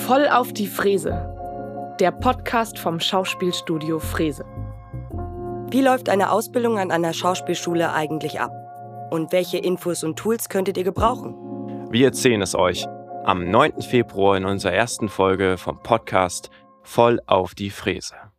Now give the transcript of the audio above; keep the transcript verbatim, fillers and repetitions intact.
Voll auf die Fräse. Der Podcast vom Schauspielstudio Frese. Wie läuft eine Ausbildung an einer Schauspielschule eigentlich ab? Und welche Infos und Tools könntet ihr gebrauchen? Wir erzählen es euch am neunten Februar in unserer ersten Folge vom Podcast Voll auf die Fräse.